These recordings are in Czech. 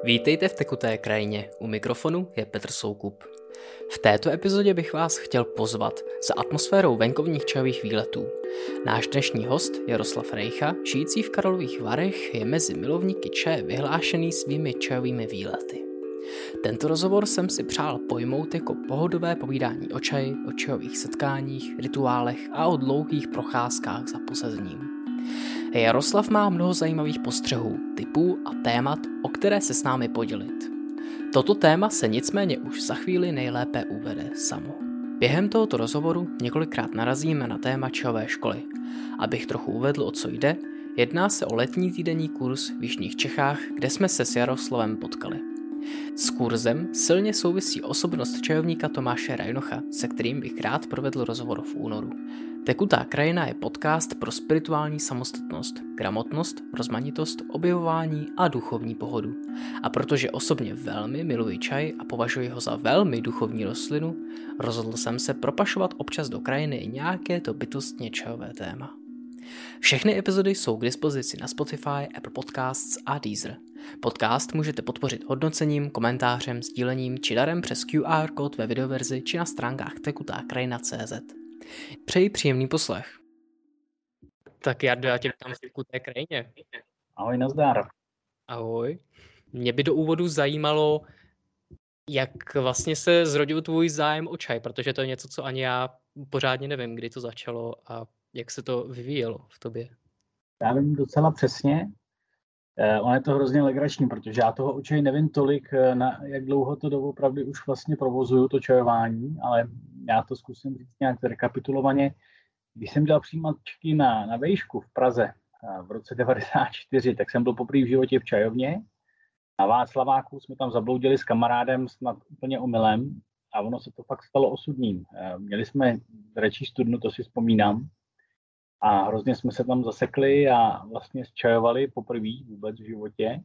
Vítejte v Tekuté krajině, u mikrofonu je Petr Soukup. V této epizodě bych vás chtěl pozvat za atmosférou venkovních čajových výletů. Náš dnešní host Jaroslav Rejcha, žijící v Karlových Varech, je mezi milovníky čaje vyhlášený svými čajovými výlety. Tento rozhovor jsem si přál pojmout jako pohodové povídání o čaji, o čajových setkáních, rituálech a o dlouhých procházkách za posazením. Jaroslav má mnoho zajímavých postřehů, tipů a témat, o které se s námi podělit. Toto téma se nicméně už za chvíli nejlépe uvede samo. Během tohoto rozhovoru několikrát narazíme na téma čajové školy. Abych trochu uvedl, o co jde, jedná se o letní týdenní kurz v jižních Čechách, kde jsme se s Jaroslavem potkali. S kurzem silně souvisí osobnost čajovníka Tomáše Rajnocha, se kterým bych rád provedl rozhovor v únoru. Tekutá krajina je podcast pro spirituální samostatnost, gramotnost, rozmanitost, objevování a duchovní pohodu. A protože osobně velmi miluji čaj a považuji ho za velmi duchovní rostlinu, rozhodl jsem se propašovat občas do krajiny nějaké to bytostně čajové téma. Všechny epizody jsou k dispozici na Spotify, Apple Podcasts a Deezer. Podcast můžete podpořit hodnocením, komentářem, sdílením či darem přes QR kód ve videoverzi či na stránkách tekutákrajina.cz. Přeji příjemný poslech. Tak Jardo, já tě vítám v Tekuté krajině. Ahoj, nazdar. Ahoj. Mě by do úvodu zajímalo, jak vlastně se zrodil tvůj zájem o čaj, protože to je něco, co ani já pořádně nevím, kdy to začalo a jak se to vyvíjelo v tobě. Já vím docela přesně. On je to hrozně legrační, protože já toho o čaji nevím tolik, jak dlouho to doopravdy už vlastně provozuju, to čajování, ale já to zkusím říct nějak rekapitulovaně. Když jsem dělal přijímačky na vejšku v Praze v roce 1994, tak jsem byl poprvé v životě v čajovně. Na Václaváku jsme tam zabloudili s kamarádem snad úplně omylem a ono se to fakt stalo osudným. Měli jsme dračí studnu, to si vzpomínám. A hrozně jsme se tam zasekli a vlastně čajovali poprvé vůbec v životě.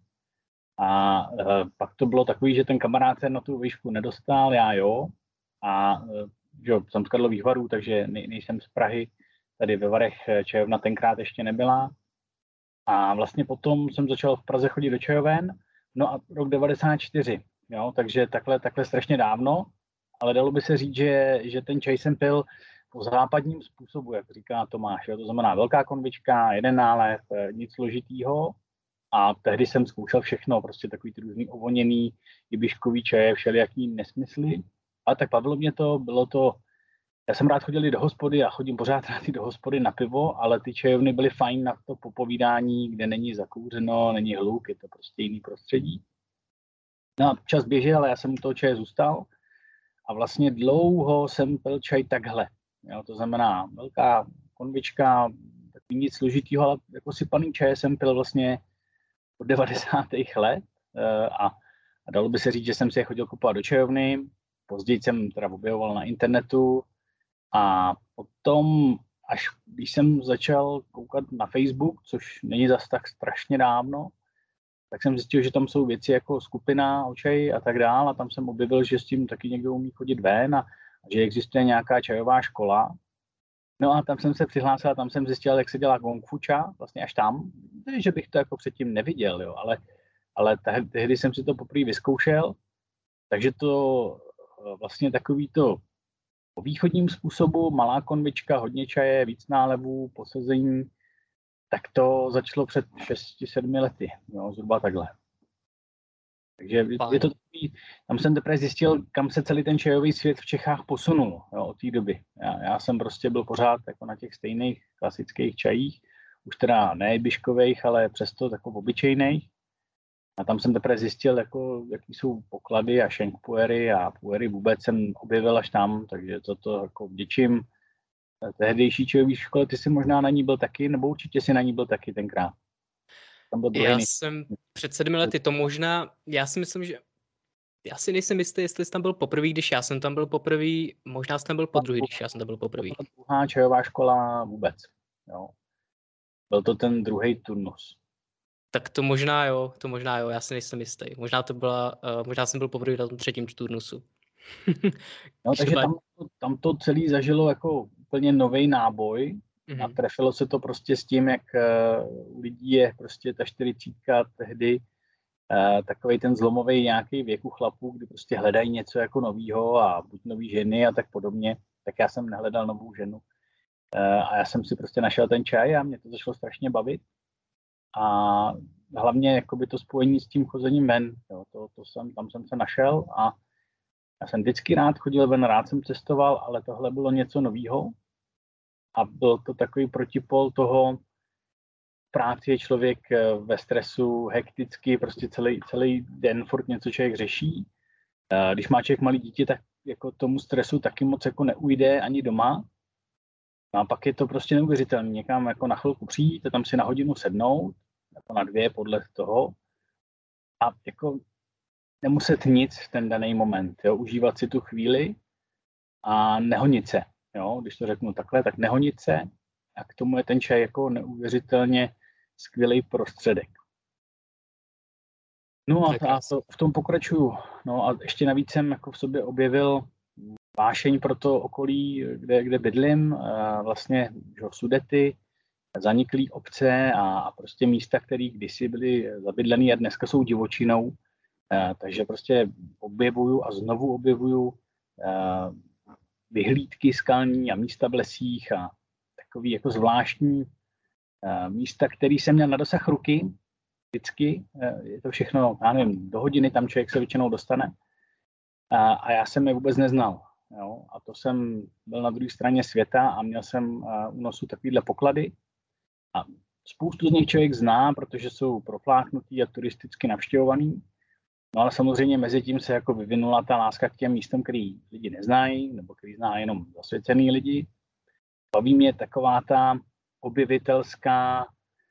A pak to bylo takový, že ten kamarád se na tu výšku nedostal, já jo. A že jsem z Karlových Varů, takže nejsem z Prahy. Tady ve Varech čajovna tenkrát ještě nebyla. A vlastně potom jsem začal v Praze chodit do čajoven. No a rok 94, jo, takže takhle strašně dávno. Ale dalo by se říct, že ten čaj jsem pil po západním způsobu, jak říká Tomáš. To znamená velká konvička, jeden nálev, nic složitýho. A tehdy jsem zkoušel všechno, prostě takový ty různý ovoněný, ibiškový čaje, všelijaký nesmysly. Ale tak bavilo mě to, bylo to. Já jsem rád chodil do hospody a chodím pořád rád do hospody na pivo, ale ty čajovny byly fajn na to popovídání, kde není zakouřeno, není hluk, je to prostě jiný prostředí. No a čas běžel, ale já jsem u toho čaje zůstal. A vlastně dlouho jsem pil čaj takhle. Jo, to znamená velká konvička, takový nic složitýho, ale jako sypaný čaje jsem pil vlastně od 90. let a dalo by se říct, že jsem si je chodil kupovat do čajovny, později jsem teda objevoval na internetu a potom, až když jsem začal koukat na Facebook, což není zas tak strašně dávno, tak jsem zjistil, že tam jsou věci jako skupina o čaji a tak dále a tam jsem objevil, že s tím taky někdo umí chodit ven a že existuje nějaká čajová škola. No a tam jsem se přihlásil a tam jsem zjistil, jak se dělá kung fu cha, vlastně až tam, že bych to jako předtím neviděl, jo, ale tehdy jsem si to poprvé vyzkoušel, takže to vlastně takový to po východním způsobu, malá konvička, hodně čaje, víc nálevů, posezení, tak to začalo před 6-7 lety, jo, zhruba takhle. Takže je to takový, tam jsem teprve zjistil, kam se celý ten čajový svět v Čechách posunul, jo, od té doby. Já jsem prostě byl pořád jako na těch stejných klasických čajích, už teda ne biškových, ale přesto jako obyčejných. A tam jsem teprve zjistil, jako, jaký jsou poklady a šenkpuery a puery vůbec jsem objevil až tam, takže to jako vděčím tehdejší čajový škole. Ty jsi možná na ní byl taky, nebo určitě jsi na ní byl taky tenkrát. Já jsem před 7 lety, to možná, já si myslím, že já si nejsem jistý, jestli jsi tam byl poprvé, když já jsem tam byl poprvé, možná jsem tam byl podruhý, když já jsem tam byl poprvé. To byla druhá čajová škola vůbec, jo. Byl to ten druhý turnus. Tak to možná jo, já si nejsem jistý. Možná jsem byl poprvé na tom třetím turnusu. No, takže tam to celý zažilo jako úplně nový náboj. A trefilo se to prostě s tím, jak u lidí je prostě ta 40 tehdy takovej ten zlomový nějaký věk u chlapů, kdy prostě hledají něco jako novýho a buď nový ženy a tak podobně, tak já jsem nehledal novou ženu. A já jsem si prostě našel ten čaj a mě to začalo strašně bavit. A hlavně jakoby to spojení s tím chozením ven, jo, tam jsem se našel a já jsem vždycky rád chodil ven, rád jsem cestoval, ale tohle bylo něco novýho a byl to takový protipol toho, práci je člověk ve stresu, hekticky, prostě celý den furt něco člověk řeší. Když má člověk malý dítě, tak jako tomu stresu taky moc jako neujde ani doma. A pak je to prostě neuvěřitelné. Někam jako na chvilku přijít a tam si na hodinu sednout, jako na 2 podle toho. A jako nemuset nic v ten daný moment. Jo? Užívat si tu chvíli a nehonit se. Jo? Když to řeknu takhle, tak nehonit se. A k tomu je ten čaj jako neuvěřitelně skvělý prostředek. No a v tom pokračuju. No a ještě navíc jsem jako v sobě objevil vášeň pro to okolí, kde bydlím, vlastně Sudety, zaniklý obce a prostě místa, které kdysi byly zabydlené a dneska jsou divočinou. Takže prostě objevuju a znovu objevuju vyhlídky skalní a místa v lesích a takový jako zvláštní místa, který jsem měl na dosah ruky vždycky. Je to všechno, já nevím, do hodiny tam člověk se většinou dostane. A já jsem je vůbec neznal. Jo? A to jsem byl na druhé straně světa a měl jsem u nosu takovýhle poklady. A spoustu z nich člověk zná, protože jsou profláknutý a turisticky navštěvovaný. No ale samozřejmě mezi tím se jako vyvinula ta láska k těm místům, který lidi neznají, nebo který zná jenom zasvěcený lidi. Baví mě taková ta objevitelská,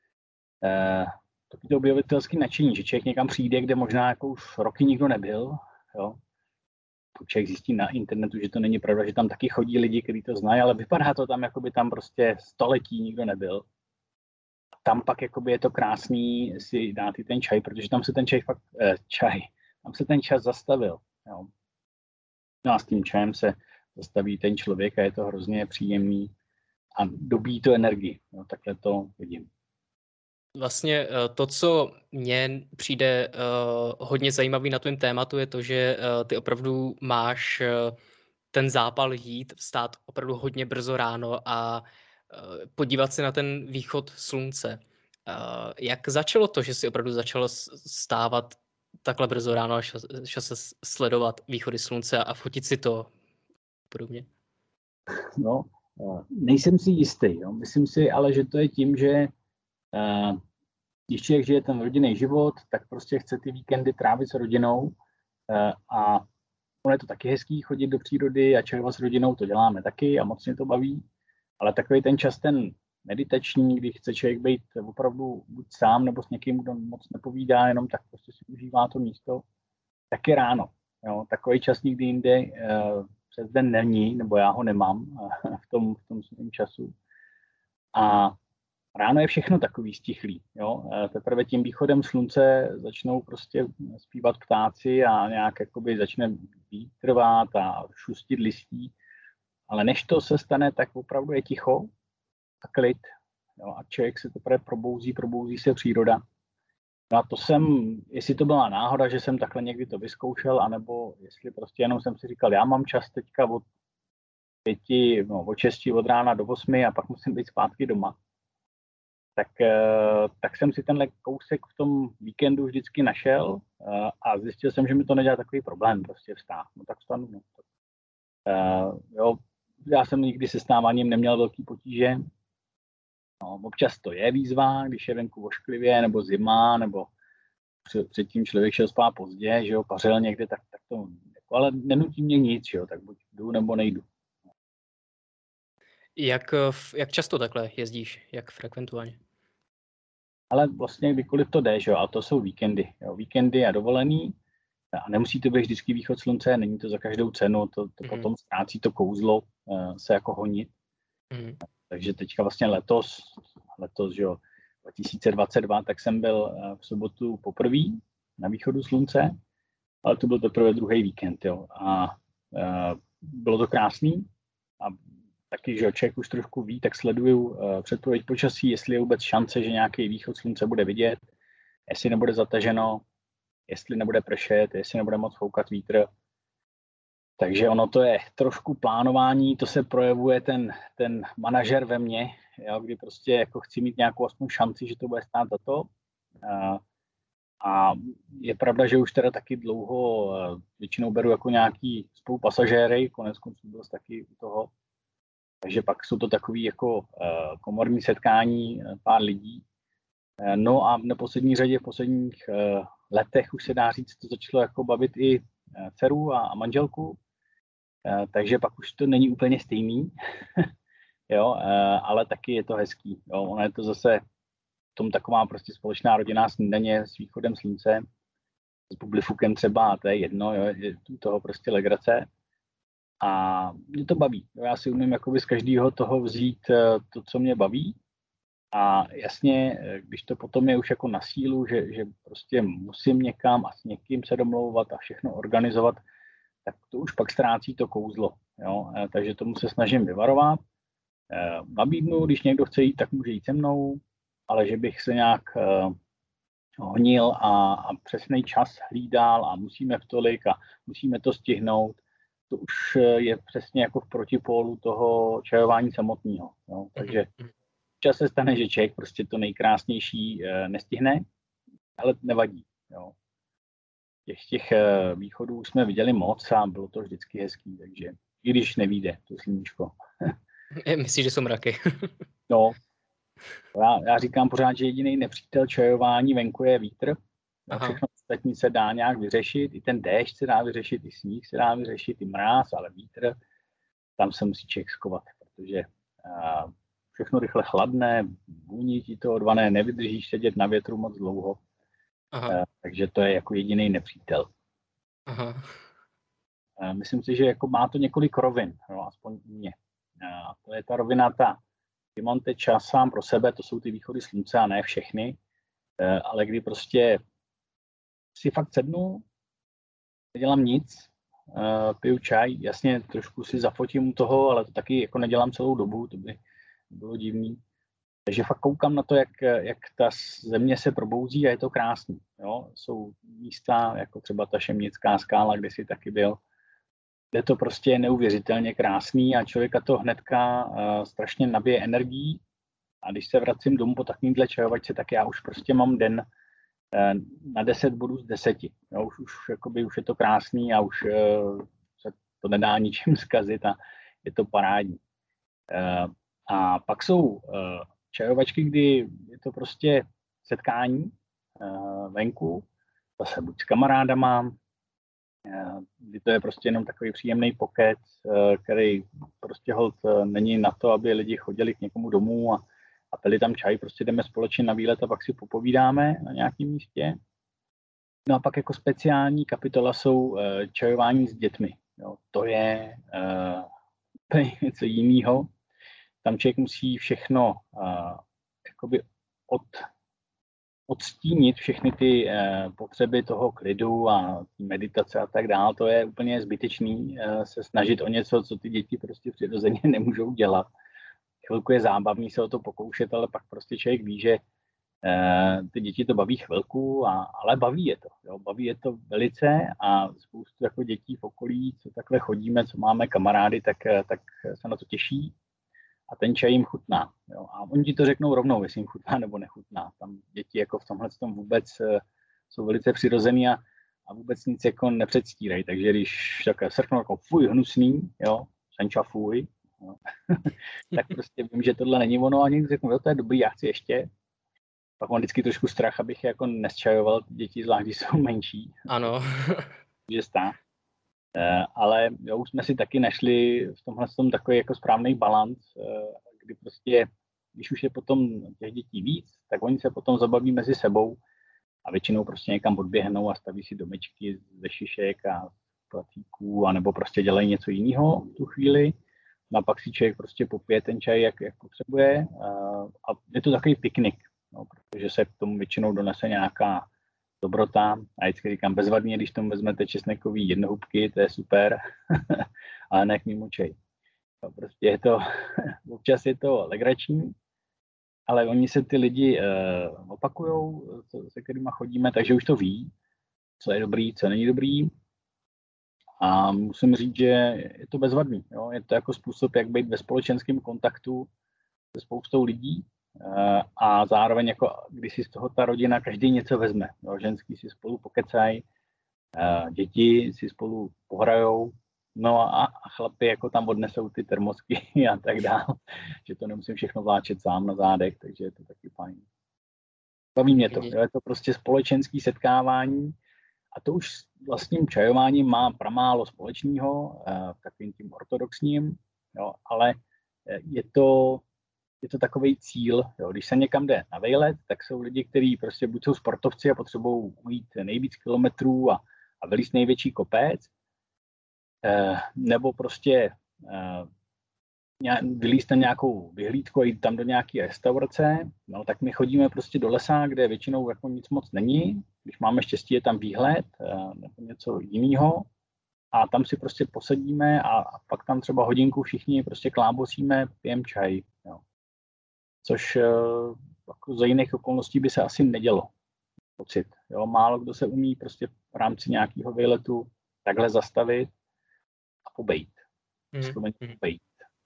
to objevitelský nadšení, že člověk někam přijde, kde možná jako už roky nikdo nebyl. Jo? Člověk zjistí na internetu, že to není pravda, že tam taky chodí lidi, kteří to znají, ale vypadá to tam, jako by tam prostě století nikdo nebyl. Tam pak jakoby je to krásný si dát i ten čaj, protože tam se ten tam se ten čas zastavil. Jo. No a s tím čajem se zastaví ten člověk a je to hrozně příjemný a dobíjí to energii. Jo, takhle to vidím. Vlastně to, co mně přijde hodně zajímavý na tvém tématu, je to, že ty opravdu máš ten zápal jít, vstát opravdu hodně brzo ráno a podívat se na ten východ slunce. Jak začalo to, že jsi opravdu začal stávat takhle brzo ráno a šel se sledovat východy slunce a fotit si to podobně? No, nejsem si jistý. Jo. Myslím si ale, že to je tím, že když člověk žije ten rodinný život, tak prostě chce ty víkendy trávit s rodinou a ono je to taky hezký chodit do přírody a červat s rodinou, to děláme taky a moc mě to baví, ale takový ten čas, ten meditační, kdy chce člověk být opravdu buď sám nebo s někým, kdo moc nepovídá, jenom tak prostě si užívá to místo, tak je ráno. Jo. Takový čas nikdy jinde přes den není, nebo já ho nemám v tom svém času. A ráno je všechno takový stichlý. Jo. Teprve tím východem slunce začnou prostě zpívat ptáci a nějak jakoby začne vítr rvát a šustit listí. Ale než to se stane, tak opravdu je ticho a klid. Jo. A člověk se teprve probouzí se příroda. No a to jestli to byla náhoda, že jsem takhle někdy to vyzkoušel, anebo jestli prostě jenom jsem si říkal, já mám čas teďka od 6 od rána do 8 a pak musím být zpátky doma. Tak jsem si tenhle kousek v tom víkendu vždycky našel a zjistil jsem, že mi to nedělá takový problém prostě vstát. No tak vstanu. No. Jo, já jsem nikdy se stáváním neměl velký potíže. No, občas to je výzva, když je venku ošklivě, nebo zima, nebo předtím člověk šel spát pozdě, že jo, pařil někde, tak to, jako, ale nenutí mě nic, že jo, tak buď jdu, nebo nejdu. Jak často takhle jezdíš, jak frekventovaně? Ale vlastně kdykoliv to jde, že jo, a to jsou víkendy. Jo, víkendy a dovolený, a nemusí to být vždycky východ slunce, není to za každou cenu, to potom ztrácí to kouzlo se jako honit. Takže teďka vlastně letos, že jo, 2022, tak jsem byl v sobotu poprvé na východu slunce, ale to byl teprve druhý víkend, jo. A bylo to krásný a taky, že člověk už trošku ví, tak sleduju předpověď počasí, jestli je vůbec šance, že nějaký východ slunce bude vidět, jestli nebude zataženo. jestli nebude pršet, jestli nebude moc foukat vítr. Takže ono to je trošku plánování, to se projevuje ten manažer ve mně, jo, kdy prostě jako chci mít nějakou aspoň šanci, že to bude stát za to. A je pravda, že už teda taky dlouho většinou beru jako nějaký spolupasažéry, konec konců byl taky u toho. Takže pak jsou to takový jako komorní setkání pár lidí. No a v neposlední řadě v posledních letech už se dá říct, to začalo jako bavit i dceru a manželku. Takže pak už to není úplně stejný, jo, ale taky je to hezký. Jo. Ono je to zase v tom taková prostě společná rodinná snídaně s východem slunce, s bublifukem třeba, a to je jedno, jo, je toho prostě legrace. A mě to baví. Jo. Já si umím jakoby z každého toho vzít to, co mě baví. A jasně, když to potom je už jako na sílu, že prostě musím někam a s někým se domlouvat a všechno organizovat, tak to už pak ztrácí to kouzlo. Jo? Takže tomu se snažím vyvarovat. Nabídnu, když někdo chce jít, tak může jít se mnou, ale že bych se nějak honil a přesný čas hlídal a musíme v tolik a musíme to stihnout, to už je přesně jako v protipólu toho čajování samotného. Jo? Takže čas se stane, že člověk prostě to nejkrásnější nestihne, ale nevadí. Jo? Těch východů jsme viděli moc a bylo to vždycky hezký, takže i když nevíde to sluníčko. Myslíš, že jsou mraky? No, já říkám pořád, že jediný nepřítel čajování venku je vítr. No, všechno ostatní se dá nějak vyřešit, i ten déšť se dá vyřešit, i sníh se dá vyřešit, i mráz, ale vítr, tam se musí člověk skovat, protože všechno rychle chladné, vůní ti to odvané, nevydržíš sedět na větru moc dlouho. Takže to je jako jediný nepřítel. Aha. Myslím si, že jako má to několik rovin, no, aspoň u mě. To je ta rovina, kdy mám teď čas sám pro sebe, to jsou ty východy slunce a ne všechny, ale kdy prostě si fakt sednu, nedělám nic, piju čaj, jasně trošku si zafotím u toho, ale to taky jako nedělám celou dobu, to by bylo divný. Takže fakt koukám na to, jak ta země se probouzí a je to krásný. Jo? Jsou místa, jako třeba ta Šemnická skála, kde jsi taky byl, kde to prostě je neuvěřitelně krásný a člověka to hnedka strašně nabije energií. A když se vracím domů po takovýmhle čajovačce, tak já už prostě mám den na 10 bodů z 10. Jo? Už je to krásný a už se to nedá ničím zkazit a je to parádní. A pak jsou čajovačky, kdy je to prostě setkání venku, zase buď s kamarádama, kdy to je prostě jenom takový příjemný pokec, který prostě holt není na to, aby lidi chodili k někomu domů a pili tam čaj, prostě jdeme společně na výlet a pak si popovídáme na nějakém místě. No a pak jako speciální kapitola jsou čajování s dětmi. Jo, to je něco jiného. Tam člověk musí všechno jakoby odstínit všechny ty potřeby toho klidu a meditace a tak dále. To je úplně zbytečný se snažit o něco, co ty děti prostě přirozeně nemůžou dělat. Chvilku je zábavný se o to pokoušet, ale pak prostě člověk ví, že ty děti to baví chvilku, ale baví je to. Jo? Baví je to velice a spoustu jako dětí v okolí, co takhle chodíme, co máme kamarády, tak se na to těší. A ten čaj jim chutná. Jo? A oni ti to řeknou rovnou, jestli jim chutná nebo nechutná. Tam děti jako v tomhle tom vůbec jsou velice přirozený a vůbec nic jako nepředstírají. Takže když takhle srknou jako fuj, hnusný, jo, senča fuj, jo. Tak prostě vím, že tohle není ono a někdy řeknu, jo, to je dobrý, já chci ještě. Pak mám vždycky trošku strach, abych jako nesčajoval děti, zvlášť když jsou menší. Ano. Může stát. Ale jo, už jsme si taky našli v tomhle tom takový jako správný balanc, kdy prostě, když už je potom těch dětí víc, tak oni se potom zabaví mezi sebou a většinou prostě někam odběhnou a staví si domečky ze šišek a placíků, anebo prostě dělají něco jiného v tu chvíli. No a pak si člověk prostě popije ten čaj, jak potřebuje a je to takový piknik, no, protože se k tomu většinou donese nějaká dobrota. A vždycky říkám, bezvadně, když tomu vezmete česnekový jednohubky, to je super, ale ne k mému čaj. No, prostě je to, občas je to legrační, ale oni se ty lidi opakujou, se kterýma chodíme, takže už to ví, co je dobrý, co není dobrý. A musím říct, že je to bezvadný. Jo? Je to jako způsob, jak být ve společenském kontaktu se spoustou lidí a zároveň, jako když si z toho ta rodina každý něco vezme. Jo? Ženský si spolu pokecají, děti si spolu pohrajou, no a chlapi jako tam odnesou ty termosky a tak dále, že to nemusím všechno vláčet sám na zádech, takže je to taky fajn. Baví mě to, jo? Je to prostě společenský setkávání a to už s vlastním čajováním má pramálo společného, takovým tím ortodoxním, jo? Ale je to takový cíl. Jo. Když se někam jde na vejlet, tak jsou lidi, kteří prostě buď jsou sportovci a potřebují ujít nejvíc kilometrů a vylízt největší kopec, nebo prostě vylízt na nějakou vyhlídku a jít tam do nějaké restaurace, no tak my chodíme prostě do lesa, kde většinou jako nic moc není. Když máme štěstí, je tam výhled nebo něco jiného. A tam si prostě posedíme a pak tam třeba hodinku všichni prostě klábosíme, pijeme čaj. Jo. Což jako za jiných okolností by se asi nedělo. Pocit. Jo. Málo kdo se umí prostě v rámci nějakého výletu takhle zastavit a pobejt. Pobejt.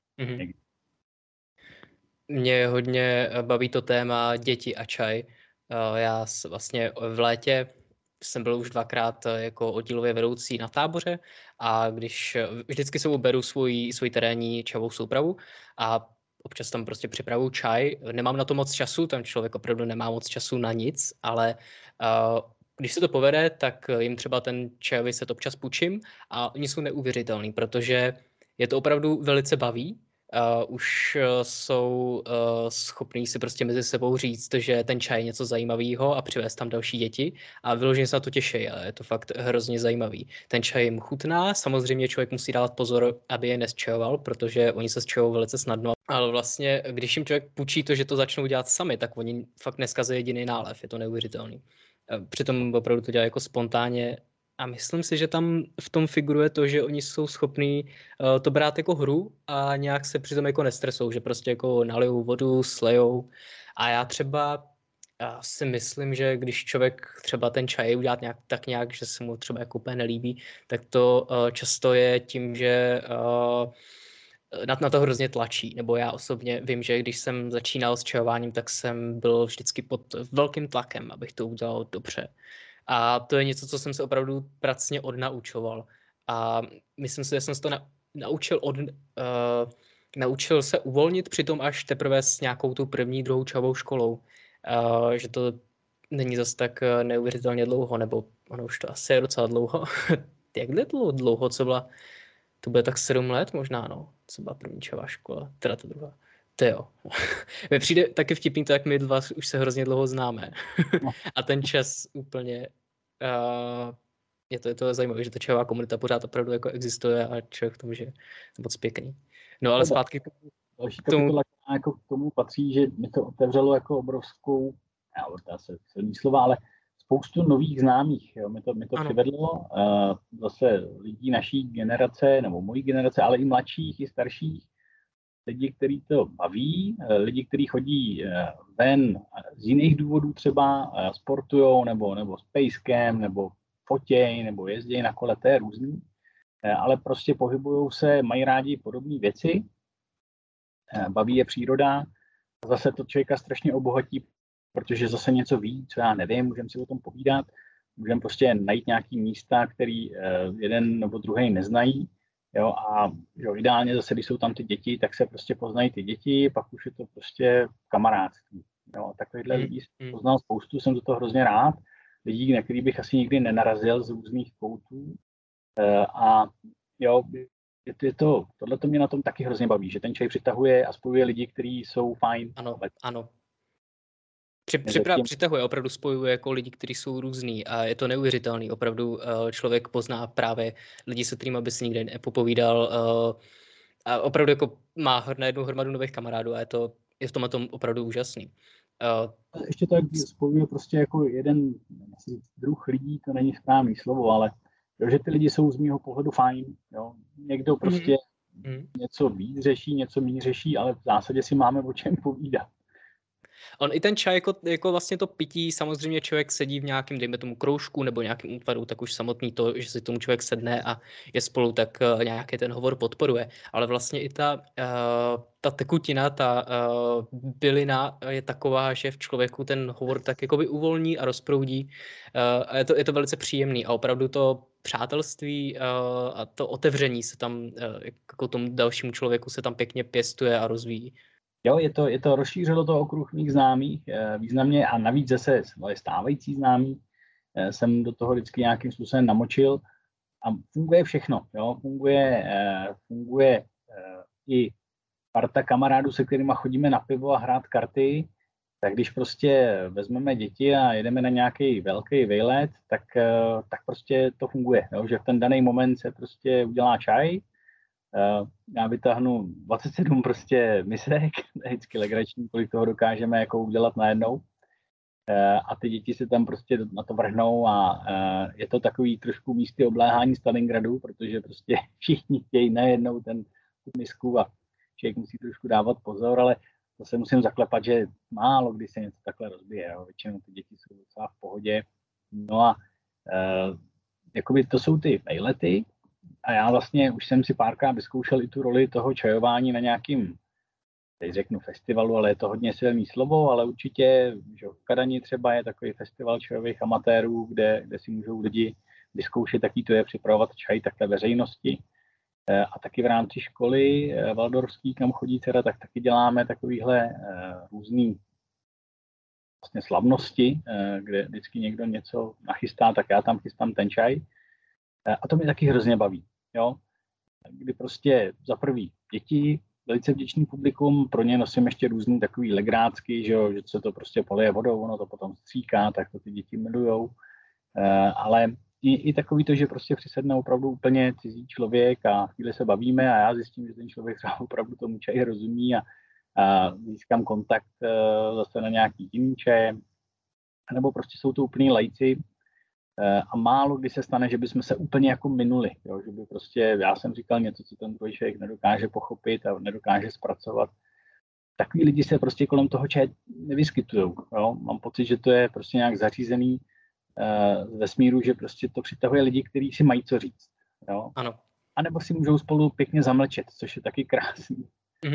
Mě hodně baví to téma děti a čaj. Já vlastně v létě jsem byl už 2krát jako oddílově vedoucí na táboře a když vždycky sebou beru svůj terénní čajovou soupravu a občas tam prostě připravuju čaj. Nemám na to moc času, tam člověk opravdu nemá moc času na nic, ale když se to povede, tak jim třeba ten čajový set občas půjčím a oni jsou neuvěřitelný, protože je to opravdu velice baví. Už jsou schopní si prostě mezi sebou říct, že ten čaj je něco zajímavého a přivést tam další děti a vyloženě se na to těší, ale je to fakt hrozně zajímavý. Ten čaj jim chutná, samozřejmě člověk musí dávat pozor, aby je nesčajoval, protože oni se zčajou velice snadno, ale vlastně, když jim člověk půjčí to, že to začnou dělat sami, tak oni fakt neskazí jediný nálev, je to neuvěřitelný. Přitom opravdu to dělá jako spontánně. A myslím si, že tam v tom figuruje to, že oni jsou schopní to brát jako hru a nějak se přitom jako nestresou, že prostě jako nalijou vodu, slejou. A já si myslím, že když člověk třeba ten čaj udělá tak nějak, že se mu třeba jako úplně nelíbí, tak to často je tím, že na to hrozně tlačí. Nebo já osobně vím, že když jsem začínal s čajováním, tak jsem byl vždycky pod velkým tlakem, abych to udělal dobře. A to je něco, co jsem se opravdu pracně odnaučoval. A myslím si, že jsem se to naučil se uvolnit přitom až teprve s nějakou tu první, druhou čajovou školou. Že to není zas tak neuvěřitelně dlouho, nebo ono už to asi je docela dlouho. Jak dlouho, co byla? To bude tak 7 let možná, no. Co byla první čajová škola, teda ta druhá. To jo. Mně přijde taky vtipný to, jak my dva už se hrozně dlouho známe. A ten čas úplně... Je to zajímavé, že ta čajová komunita pořád opravdu jako existuje a člověk v tom, že je moc pěkný. No ale zpátky... Další kapitola jako k tomu patří, že mi to otevřelo jako obrovskou, silný slova, ale spoustu nových známých. Jo. Mi to přivedlo zase lidí naší generace, nebo mojí generace, ale i mladších, i starších. Lidi, kteří to baví, lidi, kteří chodí ven z jiných důvodů, třeba sportujou, nebo s pejskem, nebo fotěj, nebo jezdějí na kole, to je různý. Ale prostě pohybujou se, mají rádi podobné věci, baví je příroda. Zase to člověka strašně obohatí, protože zase něco ví, co já nevím, můžeme si o tom povídat, můžeme prostě najít nějaký místa, který jeden nebo druhý neznají. Jo, a jo, ideálně zase, když jsou tam ty děti, tak se prostě poznají ty děti, pak už je to prostě kamarádství. Jo, takovýchhle lidí jsem poznal spoustu, jsem do toho hrozně rád. Lidí, na který bych asi nikdy nenarazil z různých koutů. A jo, tohle to mě na tom taky hrozně baví, že ten čaj přitahuje a spojuje lidi, kteří jsou fajn. Ano. Přitahuje, opravdu spojuje jako lidi, kteří jsou různý a je to neuvěřitelný. Opravdu člověk pozná právě lidi, se kterými by si nikdy nepopovídal a opravdu jako má najednou hromadu nových kamarádů a je v tom opravdu úžasný. Ještě to spojuje prostě jako jeden druh lidí, to není správný slovo, ale jo, že ty lidi jsou z mýho pohledu fajn. Jo. Někdo prostě něco víc řeší, něco méně řeší, ale v zásadě si máme o čem povídat. On i ten čaj, jako vlastně to pití, samozřejmě člověk sedí v nějakém, dejme tomu, kroužku nebo nějakým útvaru, tak už samotný to, že si tomu člověk sedne a je spolu, tak nějaký ten hovor podporuje. Ale vlastně i ta tekutina, ta bylina je taková, že v člověku ten hovor tak jakoby uvolní a rozproudí. A je to velice příjemný a opravdu to přátelství a to otevření se tam jako tomu dalšímu člověku se tam pěkně pěstuje a rozvíjí. Jo, je to rozšířilo to okruh mých známých významně a navíc zase moje stávající známí jsem do toho vždycky nějakým způsobem namočil a funguje všechno. Jo? Funguje i parta kamarádů, se kterými chodíme na pivo a hrát karty, tak když prostě vezmeme děti a jedeme na nějaký velký výlet, tak prostě to funguje. Jo? Že v ten daný moment se prostě udělá čaj, já vytáhnu 27 prostě misek, vždycky legrační, kolik toho dokážeme jako udělat najednou. A ty děti se tam prostě na to vrhnou a je to takový trošku místy obléhání Stalingradu, protože prostě všichni chtějí najednou tu misku a člověk musí trošku dávat pozor, ale zase musím zaklepat, že málo kdy se něco takhle rozbije. Jo. Většinou ty děti jsou docela v pohodě. No a jakoby to jsou ty vejlety, a já vlastně už jsem si párkrát vyzkoušel i tu roli toho čajování na nějakým, teď řeknu festivalu, ale je to hodně silný slovo, ale určitě, že v Kadani třeba je takový festival čajových amatérů, kde si můžou lidi vyzkoušet, jaký to je připravovat čaj takhle veřejnosti. A taky v rámci školy waldorfský, kam chodí dcera, tak taky děláme takovýhle různý vlastně slavnosti, kde vždycky někdo něco nachystá, tak já tam chystám ten čaj. A to mě taky hrozně baví, jo. Kdy prostě za prvý děti, velice vděčný publikum, pro ně nosím ještě různý takový legrácky, že se to prostě polije vodou, ono to potom stříká, tak to ty děti milujou. Ale i takový to, že prostě přisedne opravdu úplně cizí člověk a chvíli se bavíme a já zjistím, že ten člověk třeba opravdu tomu čaji rozumí a získám kontakt zase na nějaký jiný čaje, nebo prostě jsou to úplný lajci, a málo kdy se stane, že bychom se úplně jako minuli, jo? Že by prostě, já jsem říkal něco, co ten druhý člověk nedokáže pochopit a nedokáže zpracovat. Takový lidi se prostě kolem toho čaje nevyskytují. Mám pocit, že to je prostě nějak zařízený z vesmíru, že prostě to přitahuje lidi, kteří si mají co říct. Jo? Ano. A nebo si můžou spolu pěkně zamlčet, což je taky krásný.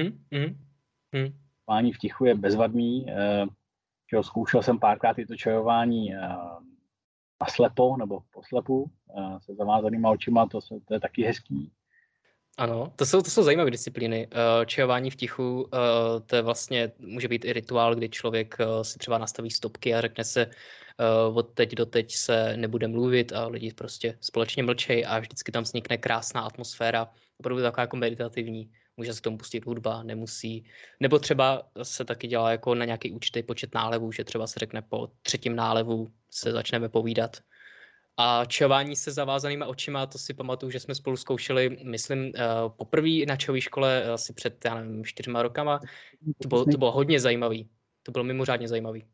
Pání v tichu je bezvadný. Zkoušel jsem párkrát i to čajování naslepo nebo poslepu se zavázanýma očima, to je taky hezký. Ano, to jsou zajímavé disciplíny. Čajování v tichu, to je vlastně, může být i rituál, kdy člověk si třeba nastaví stopky a řekne se, od teď do teď se nebude mluvit a lidi prostě společně mlčej a vždycky tam vznikne krásná atmosféra, opravdu taková jako meditativní. Může se k tomu pustit hudba, nemusí. Nebo třeba se taky dělá jako na nějaký určitý počet nálevů, že třeba se řekne po 3. nálevu se začneme povídat. A čajování se zavázanýma očima, to si pamatuju, že jsme spolu zkoušeli, myslím, poprvé na čajové škole asi před, 4 rokama. To bylo hodně zajímavý. To bylo mimořádně zajímavý.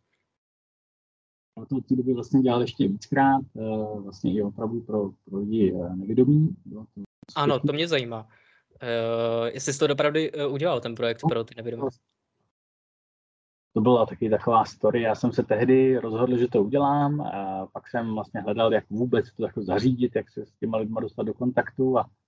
A to od té doby vlastně dělal ještě víckrát, vlastně i opravdu pro lidi nevědomí. Ano, to mě zajímá. Jestli jsi to opravdu udělal, ten projekt pro ty nevědomí. To byla taky taková story. Já jsem se tehdy rozhodl, že to udělám. A pak jsem vlastně hledal, jak vůbec to jako zařídit, jak se s těma lidma dostat do kontaktu. A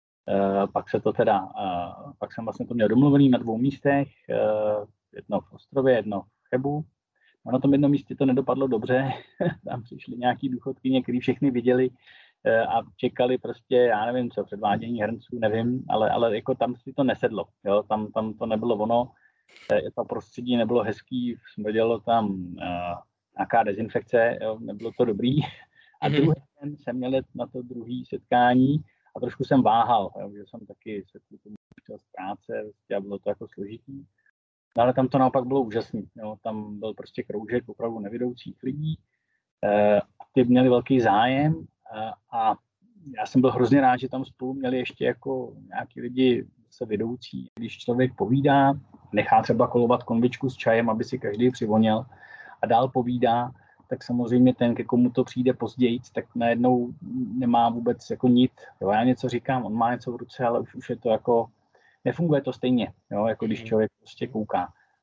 pak jsem vlastně to měl domluvený na 2 místech. Jedno v Ostrově, jedno v Chebu. A na tom jednom místě to nedopadlo dobře. Tam přišli nějaký důchodkyně, kteří všechny viděli a čekali prostě, já nevím co, předvádění hrnců, nevím, ale jako tam si to nesedlo. Jo? Tam to nebylo ono. To prostředí nebylo hezký, smrdělo tam nějaká dezinfekce, jo, nebylo to dobrý. A druhý den jsem měl na to druhé setkání a trošku jsem váhal, jo, že jsem taky se chtěl z práce a bylo to jako složitý. No, ale tam to naopak bylo úžasný. Jo. Tam byl prostě kroužek opravdu nevidoucích lidí. Ty měli velký zájem a já jsem byl hrozně rád, že tam spolu měli ještě jako nějaký lidi se vedoucí. Když člověk povídá, nechá třeba kolovat konvičku s čajem, aby si každý přivonil a dál povídá, tak samozřejmě ten, ke komu to přijde později, tak najednou nemá vůbec jako nic. Jo, já něco říkám, on má něco v ruce, ale už je to jako, nefunguje to stejně, jo, jako když člověk prostě kouká.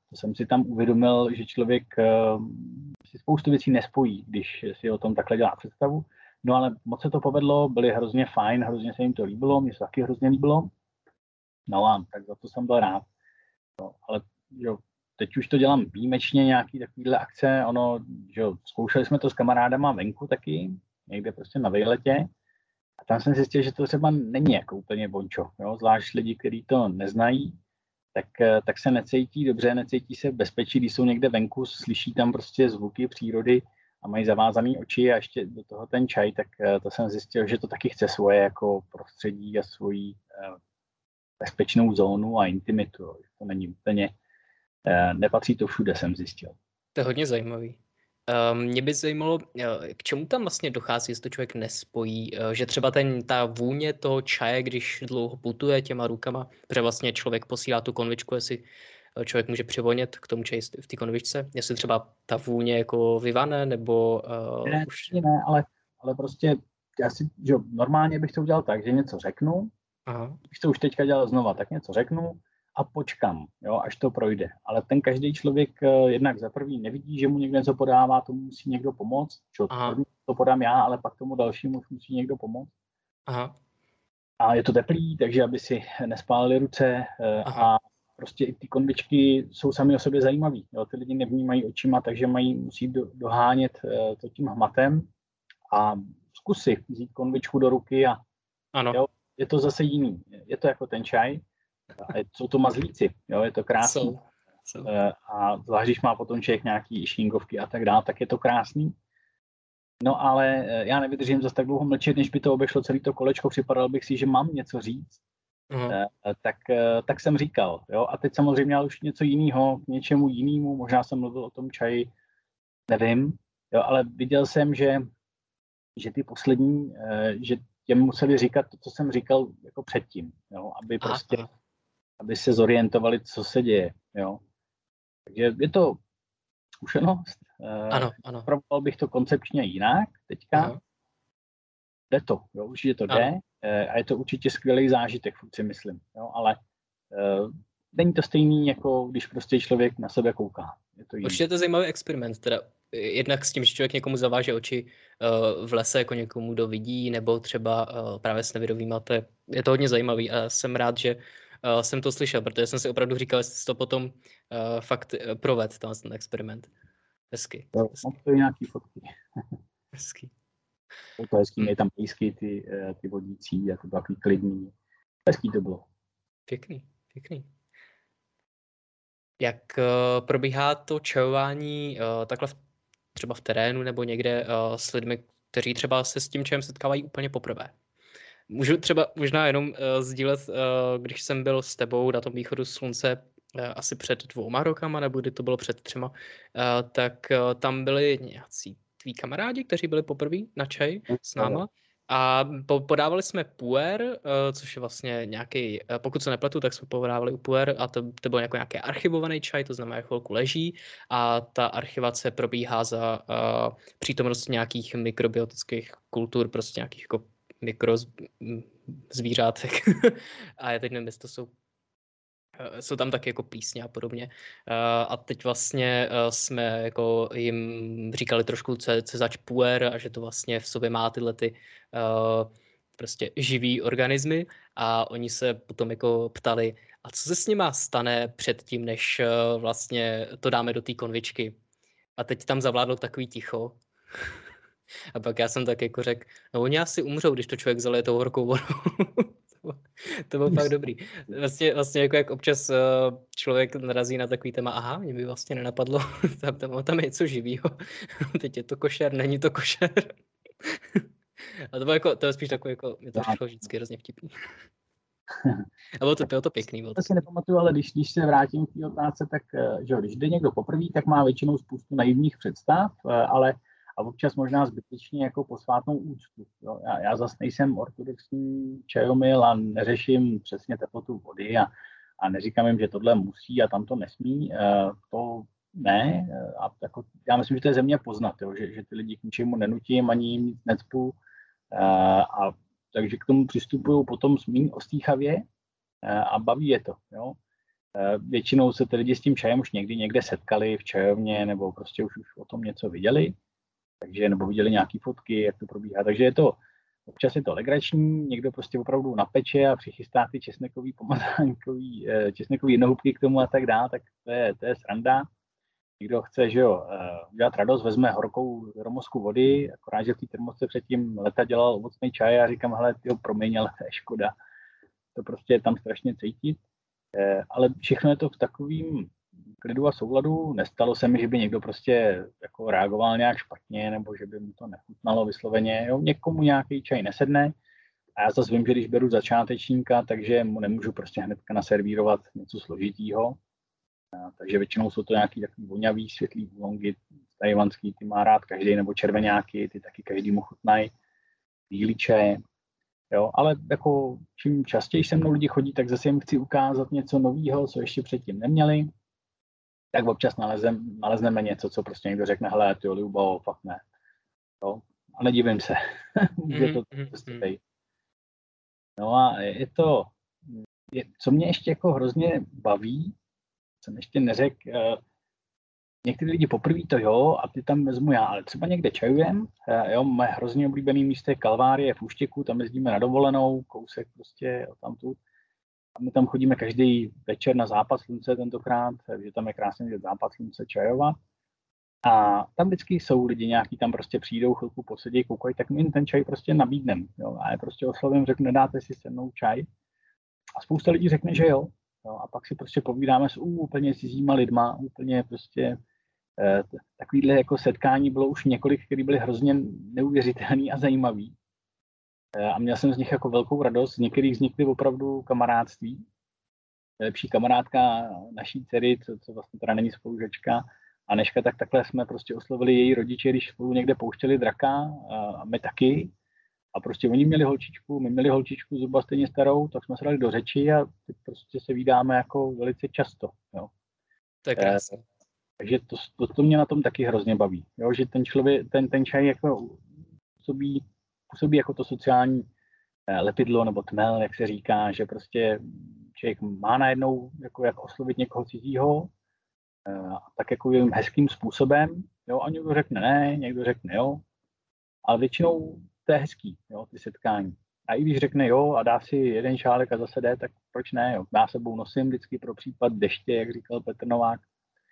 To jsem si tam uvědomil, že člověk si spoustu věcí nespojí, když si o tom takhle dělá představu. No ale moc se to povedlo, byli hrozně fajn, hrozně se jim to líbilo, mně se taky hrozně líbilo. No a tak za to jsem byl rád. No, ale jo, teď už to dělám výjimečně, nějaký takovýhle akce, že zkoušeli jsme to s kamarádama venku taky, někde prostě na vejletě. A tam jsem zjistil, že to třeba není jako úplně bončo, jo? Zvlášť lidi, kteří to neznají, tak se necítí dobře, necítí se v bezpečí, když jsou někde venku, slyší tam prostě zvuky přírody a mají zavázané oči a ještě do toho ten čaj, tak to jsem zjistil, že to taky chce svoje jako prostředí a svoji bezpečnou zónu a intimitu. Jo? To není úplně, nepatří to všude, jsem zjistil. To je hodně zajímavý. Mě by zajímalo, k čemu tam vlastně dochází, jestli to člověk nespojí, že třeba ta vůně toho čaje, když dlouho putuje těma rukama, protože vlastně člověk posílá tu konvičku, jestli člověk může přivonět k tomu čaji v té konvičce, jestli třeba ta vůně jako vyvane, nebo... Ne, ale prostě že normálně bych to udělal tak, že něco řeknu, když to už teďka dělal znova, tak něco řeknu a počkám, jo, až to projde. Ale ten každý člověk jednak za první nevidí, že mu někdo něco podává, tomu musí někdo pomoct. První to podám já, ale pak tomu dalšímu už musí někdo pomoct. Aha. A je to teplý, takže aby si nespálili ruce a prostě i ty konvičky jsou sami o sobě zajímavý. Jo, ty lidi nevnímají očima, takže musí dohánět to tím hmatem a zkusy vzít konvičku do ruky a jo, je to zase jiný. Je to jako ten čaj. Jsou to mazlíci, jo, je to krásný. A zvlášť, když má potom člověk nějaký šingovky a tak dále, tak je to krásný. No ale já nevydržím zase tak dlouho mlčet, než by to obešlo celé to kolečko, připadal bych si, že mám něco říct. Tak jsem říkal, jo, a teď samozřejmě měl už něco jiného, k něčemu jinému, možná jsem mluvil o tom čaji, nevím, jo, ale viděl jsem, že ty poslední, že těm museli říkat to, co jsem říkal jako předtím, jo, aby se zorientovali, co se děje, jo. Takže je to zkušenost. Ano. Proval bych to koncepčně jinak teďka. Jde to, jo, určitě to jde. A je to určitě skvělý zážitek, furt si myslím, jo, ale není to stejný, jako když prostě člověk na sebe kouká. Určitě je to zajímavý experiment, teda jednak s tím, že člověk někomu zaváže oči v lese, jako někomu, kdo vidí, nebo třeba právě s nevidomýma, je to hodně zajímavý a jsem rád, že jsem to slyšel, protože jsem si opravdu říkal, jestli jsi to potom fakt provedl, ten experiment. Hezky. Mám to nějaký fotky. Hezky. To hezký, měli tam písky, ty vodící, a to bylo takový klidný. Hezký to bylo. Pěkný. Jak probíhá to čajování takhle třeba v terénu nebo někde s lidmi, kteří třeba se s tím čajem setkávají úplně poprvé? Můžu třeba možná jenom sdílet, když jsem byl s tebou na tom východu slunce asi před 2 rokama, nebo kdy to bylo před 3, tak tam byli nějací tví kamarádi, kteří byli poprvé na čaj s náma. A podávali jsme puer, což je vlastně nějaký, pokud se nepletu, tak jsme podávali u puer a to byl jako nějaký archivovaný čaj, to znamená, že chvilku leží a ta archivace probíhá za přítomnosti nějakých mikrobiotických kultur, prostě nějakých jako mikrozvířátek. A já teď nevím, jestli to jsou tam taky jako plísně a podobně. A teď vlastně jsme jako jim říkali trošku, co je zač puer a že to vlastně v sobě má tyhle ty prostě živý organismy a oni se potom jako ptali, a co se s nima stane předtím, než vlastně to dáme do té konvičky. A teď tam zavládlo takový ticho. A pak já jsem tak jako řekl, no oni asi umřou, když to člověk zalije tou horkou vodou. To bylo fakt dobrý. Vlastně jako jak občas člověk narazí na takový téma, aha, mě by vlastně nenapadlo, tam je něco živýho. Teď je to košer, není to košer. A to je spíš takový, jako, mě to přišlo vždycky hrozně vtipný. A bylo to pěkný. To si nepamatuju, ale když se vrátím k té otázce, tak že když jde někdo poprvé, tak má většinou spoustu naivních představ, ale a občas možná zbytečně jako posvátnou úctu. Jo. Já zase nejsem ortodoxní čajomil a neřeším přesně teplotu vody a neříkám jim, že tohle musí a tam to nesmí. To ne. A jako, já myslím, že to je země poznat, jo, že ty lidi k ničemu nenutím, ani jim nic necpu. A takže k tomu přistupují potom smíň ostýchavě a baví je to. Jo. Většinou se ty lidi s tím čajem už někde setkali v čajovně nebo prostě už o tom něco viděli, takže nebo viděli nějaké fotky, jak to probíhá. Takže občas je to legrační, někdo prostě opravdu napeče a přichystá ty česnekový pomazánkový, česnekový jednohubky k tomu a tak dále, tak to je sranda. Někdo chce, že jo, udělat radost, vezme horkou termosku vody, akorát, že v té termosce předtím leta dělal ovocný čaj a říkám, hele, tyjo, promiň, ale to je škoda. To prostě je tam strašně cítit. Ale všechno je to v takovým klidu a souladu. Nestalo se mi, že by někdo prostě jako reagoval nějak špatně, nebo že by mu to nechutnalo vysloveně. Jo, někomu nějaký čaj nesedne. A já zase vím, že když beru začátečníka, takže mu nemůžu prostě hnedka naservírovat něco složitýho. Takže většinou jsou to nějaký takový vonavý, světlý oolongy, tajvanský, ty má rád každý, nebo červeňáky, ty taky každému chutnají. Bílý čaj. Jo, ale jako čím častěji se mnou lidi chodí, tak zase jim chci ukázat něco nového, co ještě předtím neměli. Tak občas nalezneme něco, co prostě někdo řekne, hele, ty Lubo, fakt ne. Jo, a nedivím se. Může to prostě být. No a co mě ještě jako hrozně baví, jsem ještě neřekl, někteří lidi poprvé to jo, a ty tam vezmu já, ale třeba někde čajujem, jo, moje hrozně oblíbený místo je Kalvárie v Úštěku, tam jezdíme na dovolenou, kousek prostě odtamtud. A my tam chodíme každý večer na západ slunce tentokrát, takže tam je krásně vidět západ slunce čajovat. A tam vždycky jsou lidi nějaký, tam prostě přijdou, chvilku posedí, koukají, tak my jim ten čaj prostě nabídnem. Jo, a je prostě oslovím, řeknu, nedáte si se mnou čaj. A spousta lidí řekne, že jo. Jo, a pak si prostě povídáme s úplně cizíma lidma, úplně prostě takovýhle jako setkání bylo už několik, které byly hrozně neuvěřitelný a zajímavý. A měl jsem z nich jako velkou radost, z některých vznikly opravdu kamarádství. Nejlepší kamarádka naší dcery, co vlastně teda není spolužačka, Aneška, tak takhle jsme prostě oslovili její rodiče, když spolu někde pouštěli draka, a my taky. A prostě oni měli holčičku, my měli holčičku zhruba stejně starou, tak jsme se dali do řeči a teď prostě se vídáme jako velice často. Jo. To je krásné. Takže to mě na tom taky hrozně baví. Jo, že ten člověk, ten čaj jako působí jako to sociální lepidlo nebo tmel, jak se říká, že prostě člověk má najednou jako jak oslovit někoho cizího, tak jako hezkým způsobem, jo, a někdo řekne ne, někdo řekne jo, ale většinou to je hezký, jo, ty setkání. A i když řekne jo a dá si jeden šálek a zase jde, tak proč ne, jo. Já sebou nosím vždycky pro případ deště, jak říkal Petr Novák,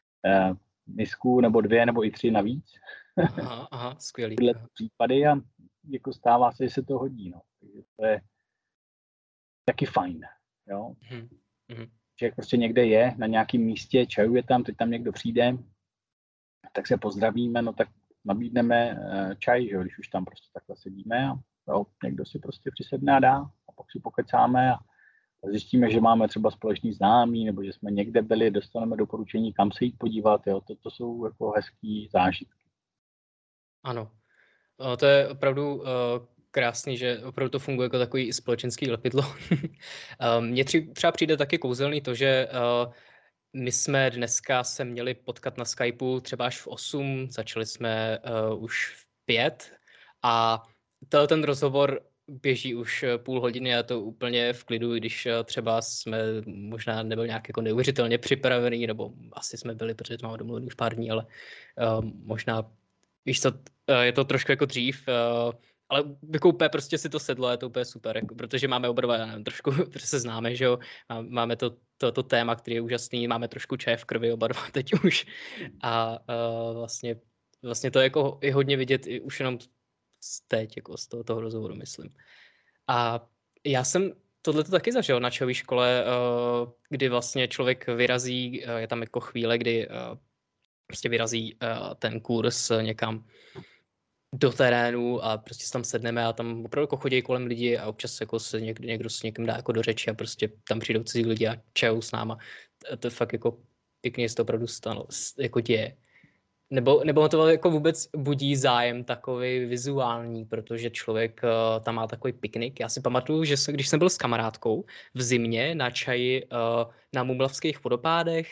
misku nebo 2 nebo i 3 navíc. Aha, skvělý. Tyhle případy a jako stává se, že se to hodí, no. Takže to je taky fajn, jo. Že prostě někde je, na nějakém místě, čajuje tam, teď tam někdo přijde, tak se pozdravíme, no tak nabídneme čaj, že jo, když už tam prostě takhle sedíme a jo, někdo si prostě přisedne a dá a pak si pokecáme a zjistíme, že máme třeba společný známý, nebo že jsme někde byli, dostaneme doporučení, kam se jít podívat, jo, to jsou jako hezký zážitky. Ano, to je opravdu krásný, že opravdu to funguje jako takový společenský lepidlo. Mně třeba přijde taky kouzelný to, že my jsme dneska se měli potkat na Skypeu třeba až v 8, začali jsme už v 5 a ten rozhovor běží už půl hodiny a to úplně v klidu, když třeba jsme možná nebyli nějak jako neuvěřitelně připravený, nebo asi jsme byli, protože to máme domluvený už pár dní, ale možná, víš co, je to trošku jako dřív, ale jako úplně prostě si to sedlo, je to úplně super, jako, protože máme oba dva, nevím, trošku, protože se známe, že jo, máme to téma, který je úžasný, máme trošku čaje v krvi oba dva teď už a vlastně to jako je hodně vidět i už jenom teď, jako z toho rozhovoru, myslím. A já jsem tohleto taky zažil na čajové škole, kdy vlastně člověk vyrazí, je tam jako chvíle, kdy prostě vyrazí ten kurz někam do terénu a prostě tam sedneme a tam opravdu jako chodí kolem lidi a občas jako se někdo s někým dá jako do řeči a prostě tam přijdou cizí lidi a čajou s náma. To fakt jako pěkně se to opravdu stalo, jako děje. Nebo to jako vůbec budí zájem takový vizuální, protože člověk tam má takový piknik. Já si pamatuju, že když jsem byl s kamarádkou v zimě na čaji na Mumlavských vodopádech,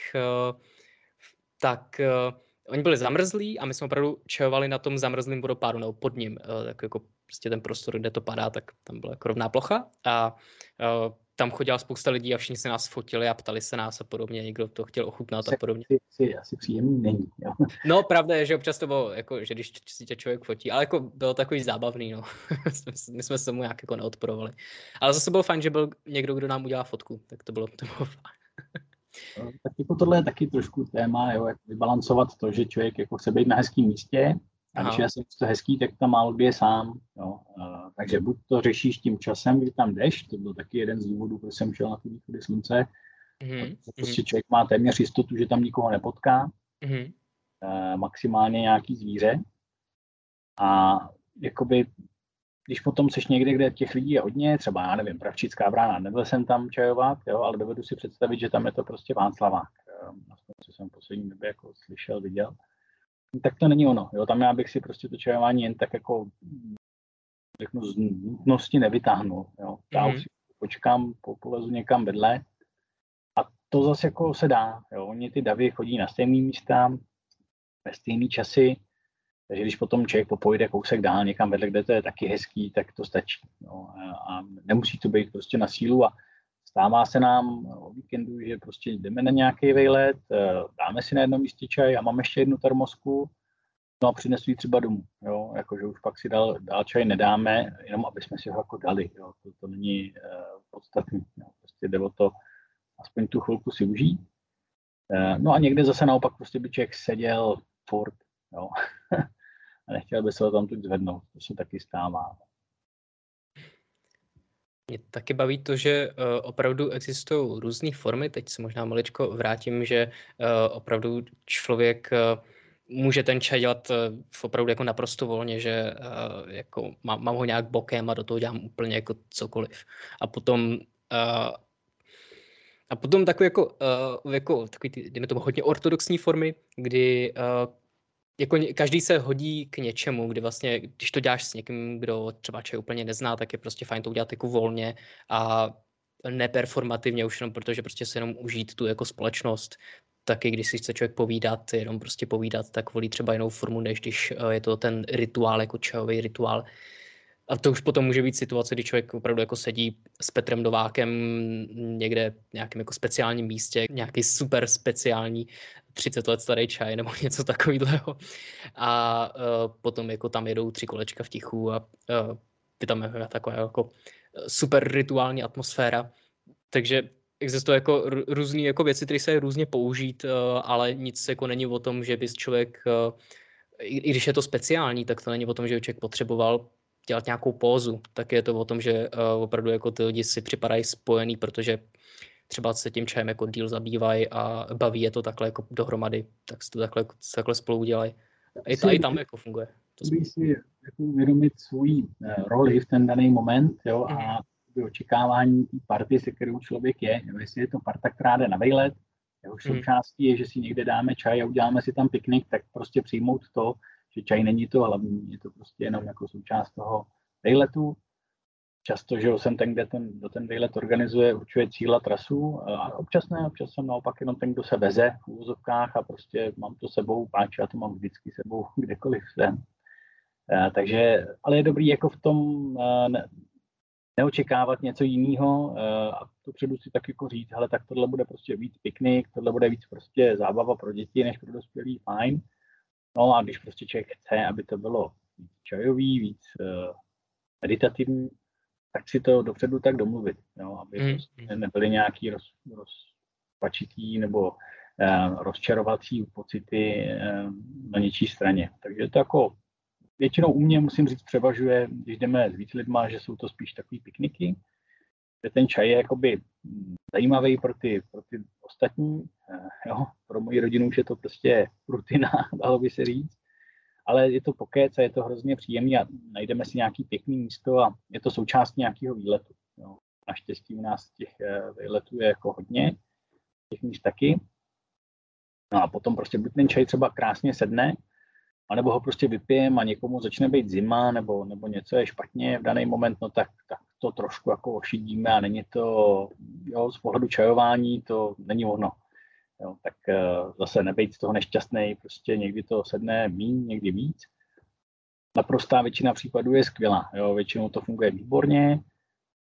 tak oni byli zamrzlí a my jsme opravdu čajovali na tom zamrzlém vodopádu nebo pod ním. Tak jako prostě ten prostor, kde to padá, tak tam byla jako rovná plocha a tam chodila spousta lidí a všichni se nás fotili a ptali se nás a podobně, někdo to chtěl ochutnat a podobně. Asi příjemný není, jo. No, pravda je, že občas to bylo, jako, že když si tě člověk fotí, ale jako bylo takový zábavný, no. My jsme se tomu nějak jako neodporovali. Ale zase bylo fajn, že byl někdo, kdo nám udělá fotku, tak to bylo fajn. Tak jako tohle je taky trošku téma, jo, jak vybalancovat to, že člověk jako chce být na hezkém místě a když je to hezký, tak tam málo kdy je sám. Jo. Takže buď to řešíš tím časem, kdy tam jdeš, to byl taky jeden z důvodů, proč jsem šel na ty východy slunce. Prostě člověk má téměř jistotu, že tam nikoho nepotká, maximálně nějaký zvíře. A jakoby, když potom seš někde, kde těch lidí je hodně, třeba, já nevím, Pravčická brána, nebyl jsem tam čajovat, jo, ale dovedu si představit, že tam je to prostě Václavák. Aspoň, co jsem v poslední době jako slyšel, viděl. Tak to není ono, jo, tam já bych si prostě to čajování jen tak jako, řeknu, z nutnosti nevytáhnul, jo. Já už si počkám, polezu někam vedle a to zase jako se dá, jo. Oni ty davy chodí na stejný místa, ve stejný časy, takže když potom člověk popojde kousek dál někam vedle, kde to je taky hezký, tak to stačí. No, a nemusí to být prostě na sílu a stává se nám o víkendu, že prostě jdeme na nějaký vejlet, dáme si na jednom místě čaj a máme ještě jednu termosku, no a přinesu ji třeba domů, jo, jakože už pak si dál čaj nedáme, jenom aby jsme si ho jako dali, jo, to není podstatný, jo, prostě jde o to aspoň tu chvilku si užít. No a někde zase naopak prostě by člověk seděl furt, jo. A nechtěl by se ho tam tu zvednout, to se taky stává. Mě taky baví to, že opravdu existují různé formy, teď se možná maličko vrátím, že opravdu člověk může ten čaj dělat opravdu jako naprosto volně, že jako mám ho nějak bokem a do toho dělám úplně jako cokoliv. A potom takový jako takový ty, dejme tomu, hodně ortodoxní formy, kdy jako každý se hodí k něčemu, kdy vlastně, když to děláš s někým, kdo třeba čaj úplně nezná, tak je prostě fajn to udělat jako volně a neperformativně už jenom protože prostě se jenom užít tu jako společnost. Taky když si chce člověk povídat, jenom prostě povídat, tak volí třeba jinou formu, než když je to ten rituál, jako čajový rituál. A to už potom může být situace, kdy člověk opravdu jako sedí s Petrem Novákem někde v nějakém jako speciálním místě, nějaký super speciální 30 let starý čaj nebo něco takového. A potom jako tam jedou 3 kolečka v tichu a je tam taková jako super rituální atmosféra. Takže existují jako různé jako věci, které se různě použít, ale nic jako není o tom, že bys člověk, i když je to speciální, tak to není o tom, že by člověk potřeboval dělat nějakou pózu, tak je to o tom, že opravdu jako ty lidi si připadají spojený, protože třeba se tím čajem jako díl zabývají a baví je to takhle jako dohromady, tak si to takhle spolu udělají. I to i tam jako funguje. Musí si jako uvědomit svůj roli v ten daný moment, jo, a očekávání té party, se kterou člověk je. Jestli je to parta, která jde na vejlet, jehož součástí je, že si někde dáme čaj a uděláme si tam piknik, tak prostě přijmout to, že čaj není to hlavní, je to prostě jenom jako součást toho vejletu. Často, že jsem ten, kdo ten vejlet organizuje, určuje cíl a trasu, a občas ne, občas jsem naopak jenom ten, kdo se veze v úvozovkách a prostě mám to sebou, páč, já to mám vždycky sebou, kdekoliv jsem. Takže, ale je dobrý jako v tom neočekávat něco jiného a to předu si tak jako říct, hele, tak tohle bude prostě víc piknik, tohle bude víc prostě zábava pro děti než pro dospělí, fajn. No a když prostě člověk chce, aby to bylo víc čajový, víc meditativní, tak si to dopředu tak domluvit, jo, aby prostě nebyly nějaký rozpačitý nebo rozčarovací pocity na něčí straně. Takže to jako většinou u mě, musím říct, převažuje, když jdeme s víc lidma, že jsou to spíš takový pikniky, že ten čaj je jakoby zajímavý pro ty ostatní, jo, pro moji rodinu už je to prostě rutina, dalo by se říct, ale je to pokec a je to hrozně příjemný a najdeme si nějaký pěkný místo a je to součást nějakého výletu. Jo. Naštěstí u nás těch výletů je jako hodně, těch míst taky. No a potom prostě buď ten čaj třeba krásně sedne, anebo ho prostě vypijem a někomu začne být zima nebo něco je špatně v daný moment, no tak to trošku jako ošidíme a není to, jo, z pohledu čajování to není ono. Jo, tak zase nebejt z toho nešťastnej, prostě někdy to sedne míň, někdy víc. Naprostá většina případů je skvělá, jo, většinou to funguje výborně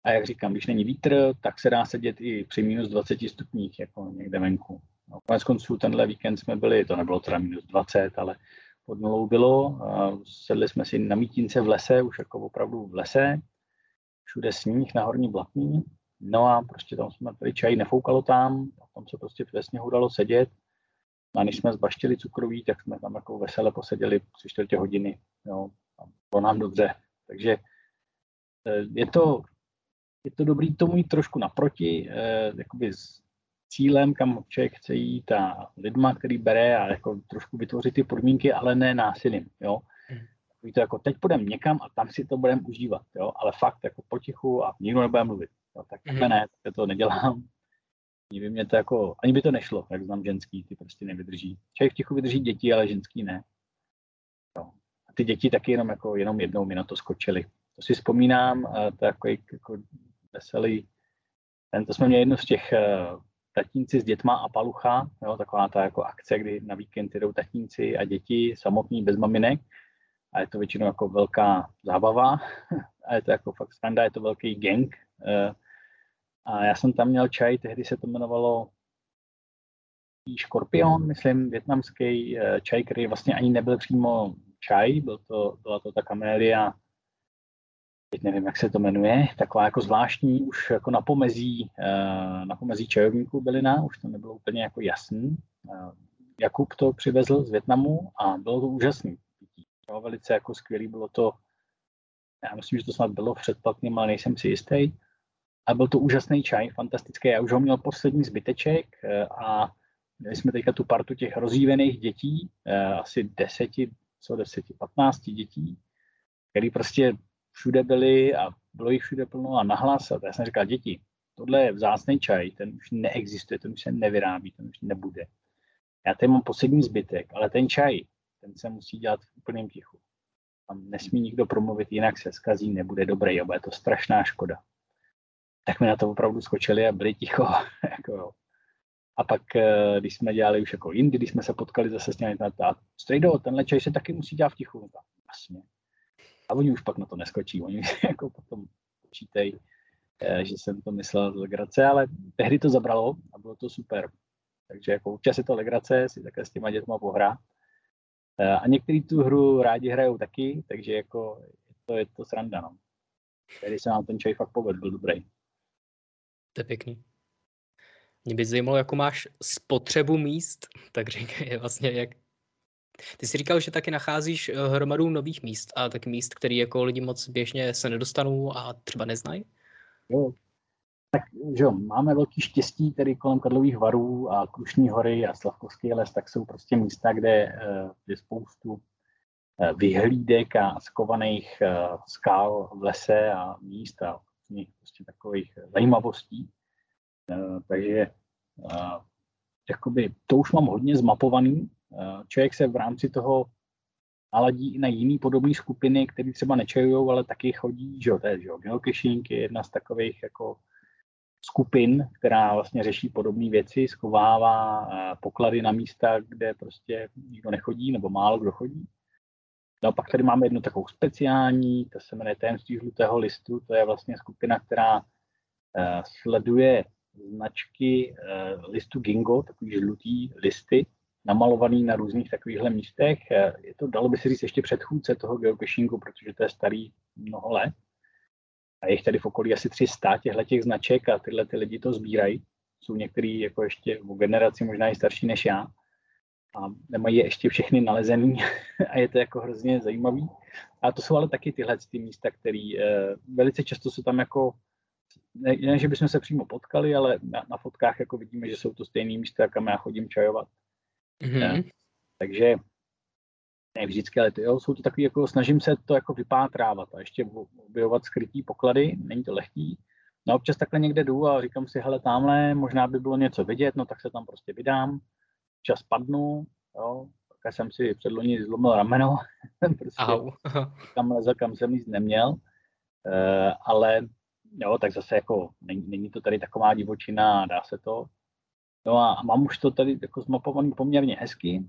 A jak říkám, když není vítr, tak se dá sedět i při minus 20 stupních, jako někde venku. No, konec konců tenhle víkend jsme byli, to nebylo teda minus 20, ale pod nulou bylo. Sedli jsme si na mítínce v lese, už jako opravdu v lese. Všude sníh na Horní Blatný. No a prostě tam jsme pili čaj, nefoukalo tam, tam se prostě ve sněhu dalo sedět. A když jsme zbaštili cukroví, tak jsme tam jako vesele poseděli 3/4 hodiny. Jo, bylo nám dobře. Takže je to dobrý tomu jít trošku naproti, jakoby s cílem, kam člověk chce jít a lidma, který bere a jako trošku vytvořit ty podmínky, ale ne násilím, jo. To jako teď půjdeme někam a tam si to budeme užívat, jo, ale fakt jako potichu a nikdo nebude mluvit, jo, tak ne, tak to nedělám. Ani by to nešlo, jak znám ženský, ty prostě nevydrží. Člověk v tichu vydrží děti, ale ženský ne. Jo. A ty děti taky jenom jednou mi na to skočili. To si vzpomínám, to jako veselý. To jsme měli jednu z těch tatínci s dětma a palucha, jo, taková ta jako akce, kdy na víkend jdou tatínci a děti samotní bez maminek a je to většinou jako velká zábava a je to jako fakt sranda, je to velký gang. A já jsem tam měl čaj, tehdy se to jmenovalo škorpion, myslím, vietnamský čaj, který vlastně ani nebyl přímo čaj, byla to ta kamélia, teď nevím, jak se to jmenuje, taková jako zvláštní, už jako na pomezí čajovníků bylina, už to nebylo úplně jako jasný. Jakub to přivezl z Vietnamu a bylo to úžasný. Jo, velice jako skvělý, bylo to, já myslím, že to snad bylo předplatným, ale nejsem si jistý. A byl to úžasný čaj, fantastický. Já už ho měl poslední zbyteček a měli jsme teďka tu partu těch rozjívených dětí, asi 15 dětí, který prostě všude byli a bylo jich všude plno a nahlas. A já jsem říkal, děti, tohle je vzácný čaj, ten už neexistuje, ten už se nevyrábí, ten už nebude. Já tady mám poslední zbytek, ale ten čaj, ten se musí dělat v úplném tichu. Tam nesmí nikdo promluvit, jinak se zkazí, nebude dobrý, a bude to strašná škoda. Tak mi na to opravdu skočili a byli ticho. Jako, a pak, když jsme dělali už jako jindy, když jsme se potkali zase s těmi, Strejdo, tenhle čaj se taky musí dělat v tichu. Vlastně. A oni už pak na to neskočí, oni jako potom počítají, že jsem to myslel z legrace, ale tehdy to zabralo a bylo to super. Takže jako občas je to legrace, si také s těma dětma pohrát. A někteří tu hru rádi hrajou taky, takže jako je to sranda, no. Tehdy se nám ten čaj fakt povedl, byl dobrý. To je pěkný. Mě by zajímalo, jakou máš spotřebu míst, tak říkaj vlastně jak. Ty jsi říkal, že taky nacházíš hromadu nových míst a tak míst, které jako lidi moc běžně se nedostanou a třeba neznají? Jo. Tak jo, máme velký štěstí, tedy kolem Karlových Varů a Krušní hory a Slavkovský les, tak jsou prostě místa, kde je spoustu vyhlídek a skovaných skal v lese a míst a prostě takových zajímavostí. Takže jakoby to už mám hodně zmapovaný. Člověk se v rámci toho naladí i na jiný podobné skupiny, které třeba nečajujou, ale taky chodí, že jo, to je, že jo, geocaching je jedna z takových jako skupin, která vlastně řeší podobné věci, schovává poklady na místa, kde prostě nikdo nechodí nebo málo kdo chodí. No a pak tady máme jednu takovou speciální, to se jmenuje Tajemství žlutého listu, to je vlastně skupina, která sleduje značky listu Gingo, takový žlutý listy, namalovaný na různých takovýchhle místech. Je to, dalo by se říct, ještě předchůdce toho geocachingu, protože to je starý mnoho let. A je jich tady v okolí asi 300 těchto značek a tyhle ty lidi to sbírají. Jsou některý jako ještě o generaci možná i starší než já a nemají je ještě všechny nalezený a je to jako hrozně zajímavý. A to jsou ale taky tyhle ty místa, které velice často jsou tam jako, ne, že bychom se přímo potkali, ale na fotkách jako vidíme, že jsou to stejné místa, kam já chodím čajovat. Mm-hmm. Takže ne vždycky, ale jsou to takový, jako snažím se to jako vypátrávat a ještě objevovat skrytý poklady, není to lehký. No občas takhle někde jdu a říkám si, hele, tamhle možná by bylo něco vidět, no tak se tam prostě vydám, čas padnu, jo, tak jsem si předloni zlomil rameno, prostě tam lezl, kam jsem nic neměl, ale jo, tak zase jako není to tady taková divočina, dá se to. No a mám už to tady jako zmapovaný poměrně hezky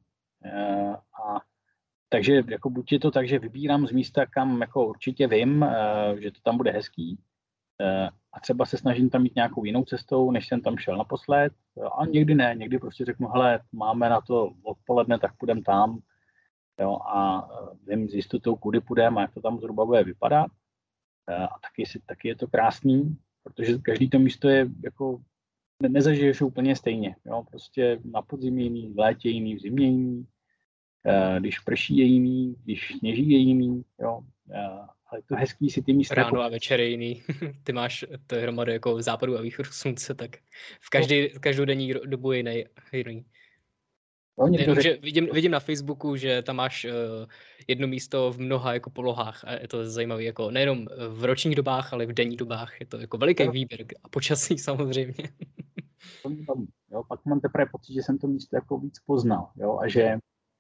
a takže jako buď je to tak, že vybírám z místa, kam jako určitě vím, že to tam bude hezký, A třeba se snažím tam mít nějakou jinou cestou, než jsem tam šel naposled. A někdy ne, někdy prostě řeknu, hele, máme na to odpoledne, tak půjdem tam. Jo, a vím s jistotou, kudy půjdeme a jak to tam zhruba bude vypadat. A taky je to krásný, protože každý to místo je jako nezažiješ úplně stejně. Jo? Prostě na podzim jiný, v létě jiný, v zimě jiný, když prší je jiný, když sněží je jiný. Jo? Ale to hezký si ty místa... Ráno a večer je jiný. Ty máš to hromady jako západu a východu slunce, tak v každou denní dobu je jiný. Že vidím na Facebooku, že tam máš jedno místo v mnoha jako polohách a je to zajímavé jako nejenom v ročních dobách, ale v denních dobách. Je to jako veliký výběr a počasí samozřejmě. Jo, pak mám teprve pocit, že jsem to místo jako víc poznal, jo, a že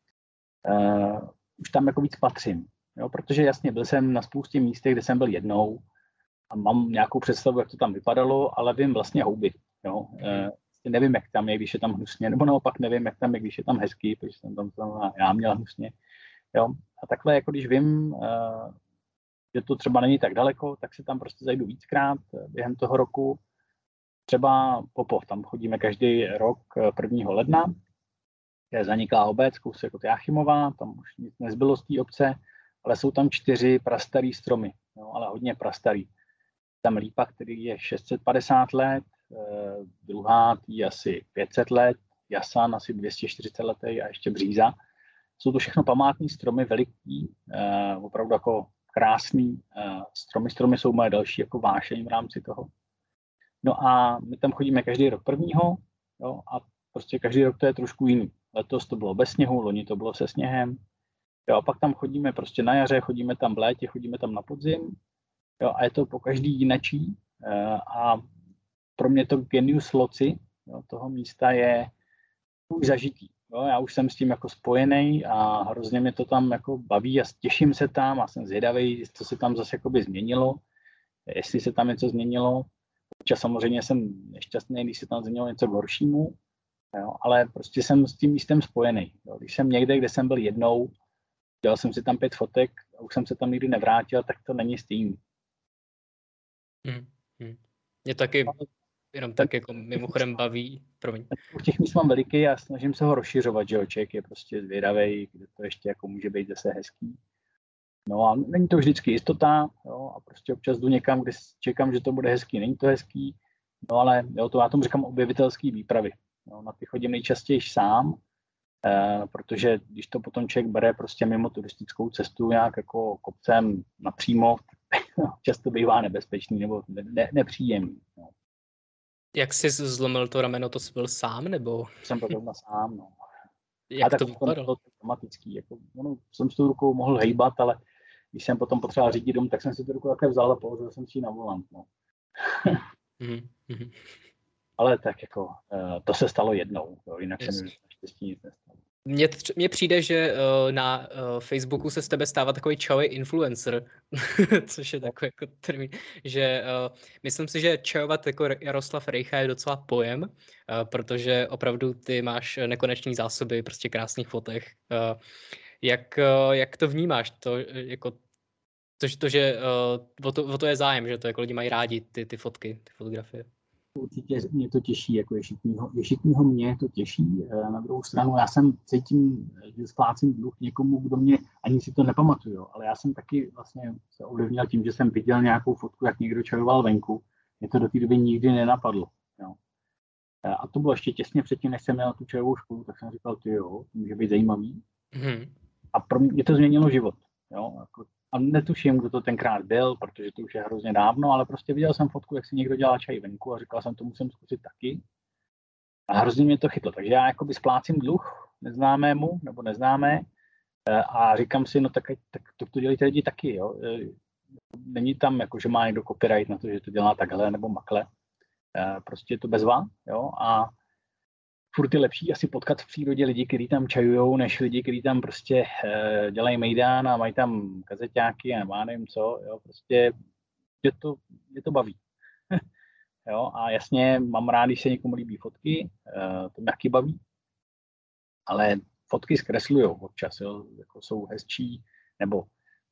už tam jako víc patřím. Jo, protože jasně byl jsem na spoustě místech, kde jsem byl jednou a mám nějakou představu, jak to tam vypadalo, ale vím vlastně houby. Jo. Nevím, jak tam je, když je tam hnusně, nebo naopak nevím, jak tam je, když je tam hezký, protože jsem tam já měl hnusně. Jo. A takhle, jako když vím, že to třeba není tak daleko, tak se tam prostě zajdu víckrát během toho roku. Třeba Popov, tam chodíme každý rok 1. ledna, je zaniklá obec, kousek od Jáchymová, tam už nic nezbylo z té obce, ale jsou tam 4 prastarý stromy, jo, ale hodně prastarý. Tam lípa, který je 650 let, druhá je asi 500 let, jasan asi 240 letý a ještě bříza. Jsou to všechno památní stromy, veliký, opravdu jako krásný stromy. Stromy jsou moje další jako vášeň v rámci toho. No a my tam chodíme každý rok 1. Jo, a prostě každý rok to je trošku jiný. Letos to bylo bez sněhu, loni to bylo se sněhem. Jo, a pak tam chodíme prostě na jaře, chodíme tam v létě, chodíme tam na podzim. Jo, a je to po každý jinačí. A pro mě to genius loci, jo, toho místa je už zažitý. Jo, já už jsem s tím jako spojený a hrozně mě to tam jako baví a těším se tam a jsem zvědavý, co se tam zase jakoby změnilo, jestli se tam něco změnilo. Občas samozřejmě jsem nešťastný, když se tam změnilo něco k horšímu, jo, ale prostě jsem s tím místem spojený. Jo. Když jsem někde, kde jsem byl jednou, dělal jsem si tam 5 fotek a už jsem se tam nikdy nevrátil, tak to není stejný. Mě taky jenom tak jako mimochodem baví. Promiň. Těch míst mám veliký a snažím se ho rozšiřovat, že člověk je prostě zvědavej, kde to ještě jako může být zase hezký. No a není to vždycky jistota, jo, a prostě občas jdu někam, kde čekám, že to bude hezký, není to hezký, no ale jo, to já tomu říkám objevitelský výpravy. Jo, na ty chodím nejčastěji sám, protože když to potom člověk bere prostě mimo turistickou cestu nějak jako kopcem napřímo, často bývá nebezpečný nebo nepříjemný. No. Jak jsi zlomil to rameno, to jsi byl sám, nebo? Jsem byl doma sám, no. Jak a to tak vypadalo? To dramatický. Jako, jsem s tou rukou mohl hejbat, ale když jsem potom potřeboval řídit dům, tak jsem si tu ruku také vzal a položil jsem si ji na volant. No. Ale tak jako, to se stalo jednou, jo, jinak se mi naštěstí nic nestalo. Mně přijde, že na Facebooku se z tebe stává takový čajový influencer, což je takový jako termín, že myslím si, že čajovat jako Jaroslav Rejcha je docela pojem, protože opravdu ty máš nekonečné zásoby prostě krásných fotek. Jak to vnímáš? To, jako, že o to je zájem, že to jako lidi mají rádi ty fotky, ty fotografie. Určitě mě to těší, jako ješitního mě to těší. Na druhou stranu já jsem cítím, že splácím dluh někomu, kdo mě ani si to nepamatuju, ale já jsem taky vlastně se ovlivnil tím, že jsem viděl nějakou fotku, jak někdo čajoval venku. Mě to do té doby nikdy nenapadlo. Jo. A to bylo ještě těsně předtím, než jsem měl tu čajovou školu, tak jsem říkal, to může být zajímavý. A pro mě to změnilo život. Jo. Jako, a netuším, kdo to tenkrát byl, protože to už je hrozně dávno, ale prostě viděl jsem fotku, jak si někdo dělá čaj venku a říkal jsem, to musím zkusit taky. A hrozně mě to chytlo. Takže já jakoby splácím dluh neznámému nebo neznámé a říkám si, no tak to dělají lidi taky. Jo. Není tam, jako, že má někdo copyright na to, že to dělá takhle nebo makle. Prostě je to bezva. Jo. A furt je lepší asi potkat v přírodě lidi, kteří tam čajujou, než lidi, kteří tam prostě dělají mejdán a mají tam kazeťáky a já nevím co, jo, prostě mě to baví. Jo, a jasně mám rád, když se někomu líbí fotky, to mě taky baví, ale fotky zkreslujou občas, jo, jako jsou hezčí, nebo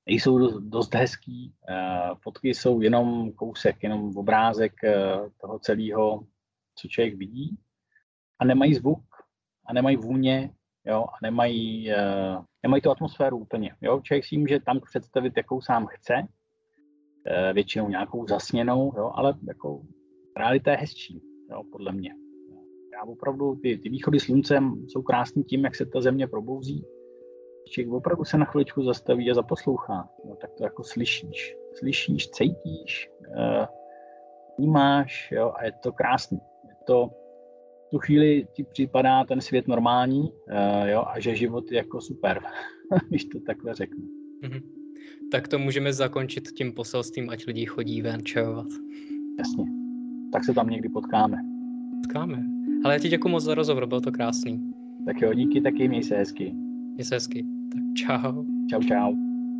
nejsou dost hezký. Fotky jsou jenom kousek, jenom obrázek toho celého, co člověk vidí. A nemají zvuk, a nemají vůně, jo, a nemají tu atmosféru úplně. Jo. Člověk si může tam představit, jakou sám chce, většinou nějakou zasněnou, jo, ale jako realita je hezčí, jo, podle mě. Já opravdu, ty východy sluncem jsou krásný tím, jak se ta země probouzí. Člověk opravdu se na chviličku zastaví a zaposlouchá. No, tak to jako slyšíš, cítíš, vnímáš, jo, a je to krásný. Je to, v tu chvíli ti připadá ten svět normální, jo, a že život je jako super, když to takhle řeknu. Mm-hmm. Tak to můžeme zakončit tím poselstvím, ať lidi chodí ven čajovat. Jasně. Tak se tam někdy potkáme. Ale já ti děkuji moc za rozhovor, bylo to krásný. Tak jo, díky, taky měj se hezky. Měj se hezky. Tak čau. Čau.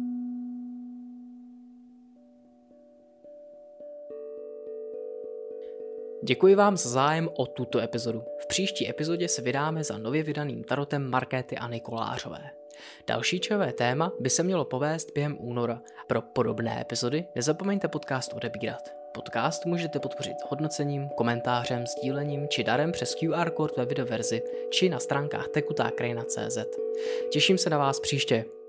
Děkuji vám za zájem o tuto epizodu. V příští epizodě se vydáme za nově vydaným tarotem Markéty Anny Kolářové. Další čajové téma by se mělo povést během února. Pro podobné epizody nezapomeňte podcast odebírat. Podcast můžete podpořit hodnocením, komentářem, sdílením či darem přes QR kód ve videoverzi či na stránkách tekutákrajina.cz. Těším se na vás příště.